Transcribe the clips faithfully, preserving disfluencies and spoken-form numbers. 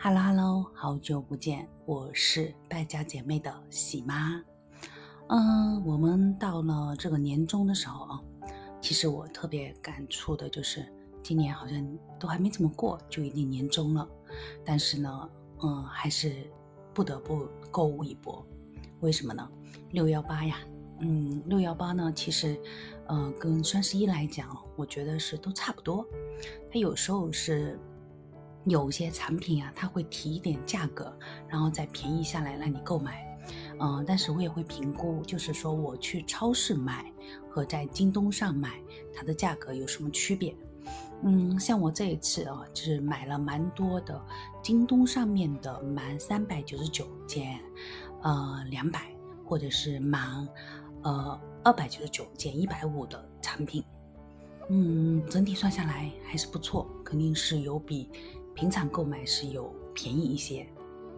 Hello Hello，好久不见，我是败家姐妹的喜妈。嗯，我们到了这个年终的时候啊，其实我特别感触的就是今年好像都还没怎么过，就已经年终了。但是呢，嗯，还是不得不购物一波。为什么呢？六幺八呀，嗯，六幺八呢，其实，呃，跟双十一来讲，我觉得是都差不多。它有时候是有些产品啊，它会提一点价格，然后再便宜下来让你购买。嗯、呃，但是我也会评估，就是说我去超市买和在京东上买，它的价格有什么区别？嗯，像我这一次啊，就是买了蛮多的，京东上面的满三百九十九减，呃两百，或者是满，呃二百九十九减一百五的产品。嗯，整体算下来还是不错，肯定是有比平常购买是有便宜一些。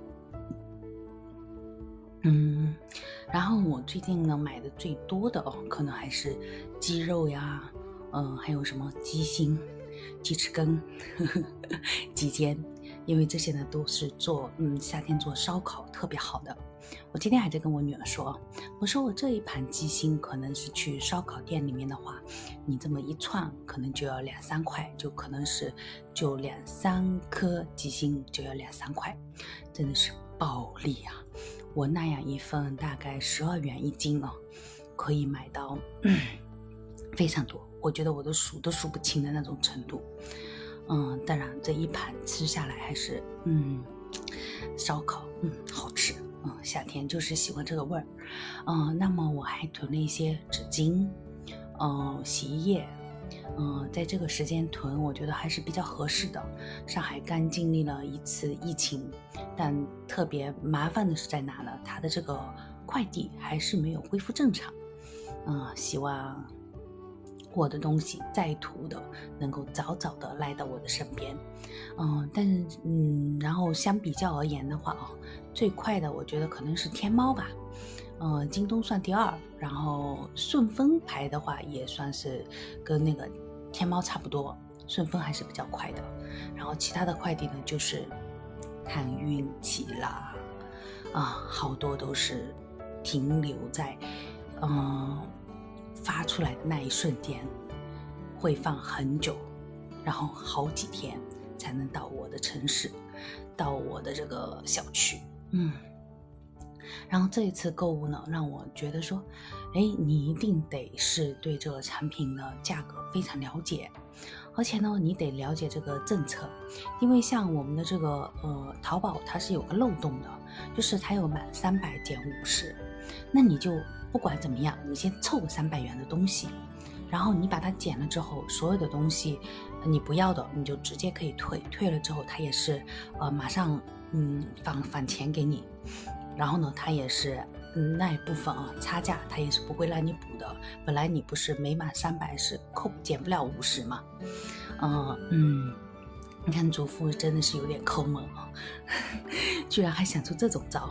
嗯，然后我最近呢买的最多的哦，可能还是鸡肉呀，嗯、呃，还有什么鸡心、鸡翅根、呵呵鸡尖，因为这些呢都是做嗯夏天做烧烤特别好的。我今天还在跟我女儿说，我说我这一盘鸡心可能是去烧烤店里面的话，你这么一串可能就要两三块，就可能是就两三颗鸡心就要两三块，真的是暴利啊！我那样一份大概十二元一斤哦，可以买到、嗯、非常多，我觉得我都数都数不清的那种程度。嗯，当然这一盘吃下来还是嗯，烧烤嗯好吃。嗯，夏天就是喜欢这个味儿。嗯，那么我还囤了一些纸巾，嗯，洗衣液。嗯，在这个时间囤，我觉得还是比较合适的。上海刚经历了一次疫情，但特别麻烦的是在哪呢？它的这个快递还是没有恢复正常。嗯，希望我的东西在途的能够早早的来到我的身边。嗯，但是嗯，然后相比较而言的话啊，最快的我觉得可能是天猫吧。呃，京东算第二，然后顺丰排的话也算是跟那个天猫差不多，顺丰还是比较快的。然后其他的快递呢，就是看运气啦，啊，好多都是停留在，嗯、呃，发出来的那一瞬间，会放很久，然后好几天才能到我的城市，到我的这个小区，嗯。然后这一次购物呢，让我觉得说，哎，你一定得是对这个产品的价格非常了解，而且呢，你得了解这个政策，因为像我们的这个呃淘宝，它是有个漏洞的，就是它有满三百减五十，那你就不管怎么样，你先凑个三百元的东西，然后你把它减了之后，所有的东西你不要的，你就直接可以退，退了之后它也是呃马上嗯返返钱给你。然后呢，它也是，嗯，那一部分啊，差价它也是不会让你补的。本来你不是每满三百是扣减不了五十嘛，呃嗯，你看主妇真的是有点抠门啊，居然还想出这种招。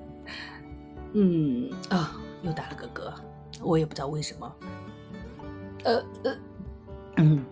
嗯啊、哦，又打了个嗝，我也不知道为什么。呃呃，嗯，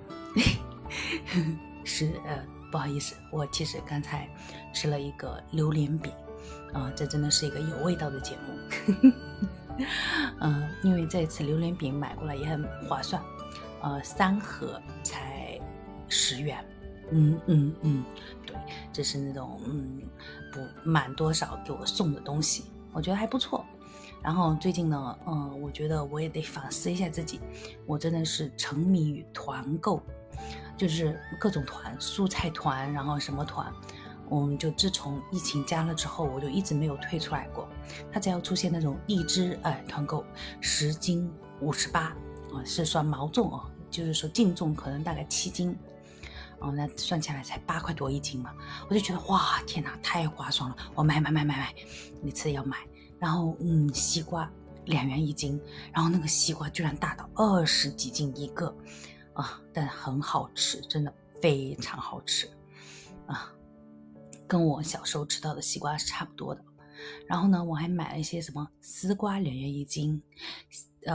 是呃，不好意思，我其实刚才吃了一个榴莲饼。啊、呃，这真的是一个有味道的节目。嗯、呃，因为这次榴莲饼买过来也很划算，呃，三盒才十元。嗯嗯嗯，对，这是那种嗯不满多少给我送的东西，我觉得还不错。然后最近呢，嗯、呃，我觉得我也得反思一下自己，我真的是沉迷于团购，就是各种团，蔬菜团，然后什么团。嗯，就自从疫情加了之后，我就一直没有退出来过。它只要出现那种荔枝哎团购十斤五十八啊，是算毛重哦，就是说净重可能大概七斤哦，那算起来才八块多一斤嘛，我就觉得哇天哪，太划算了，我买买买买买，每次要买。然后嗯，西瓜两元一斤，然后那个西瓜居然大到二十几斤一个啊，但很好吃，真的非常好吃啊。跟我小时候吃到的西瓜是差不多的。然后呢，我还买了一些什么丝瓜两元一斤，呃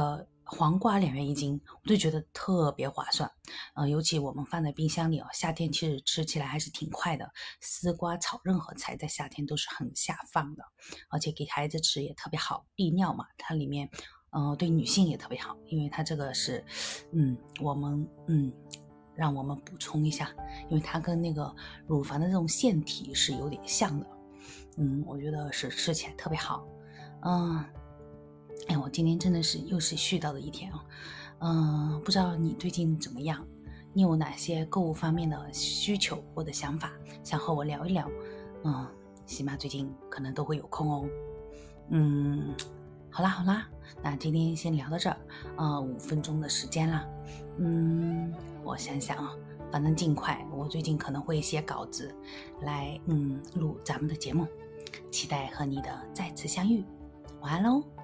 黄瓜两元一斤，我就觉得特别划算。呃，尤其我们放在冰箱里哦，夏天其实吃起来还是挺快的。丝瓜炒任何菜在夏天都是很下饭的，而且给孩子吃也特别好，利尿嘛，它里面呃对女性也特别好，因为它这个是嗯我们嗯让我们补充一下，因为它跟那个乳房的这种腺体是有点像的。嗯，我觉得是吃起来特别好。嗯，哎，我今天真的是又是絮叨的一天哦。嗯，不知道你最近怎么样？你有哪些购物方面的需求或者想法，想和我聊一聊？嗯，起码最近可能都会有空哦。嗯，好啦好啦，那今天先聊到这儿，呃，五分钟的时间啦。嗯，我想想啊，反正尽快，我最近可能会写稿子来，嗯，录咱们的节目，期待和你的再次相遇。晚安喽。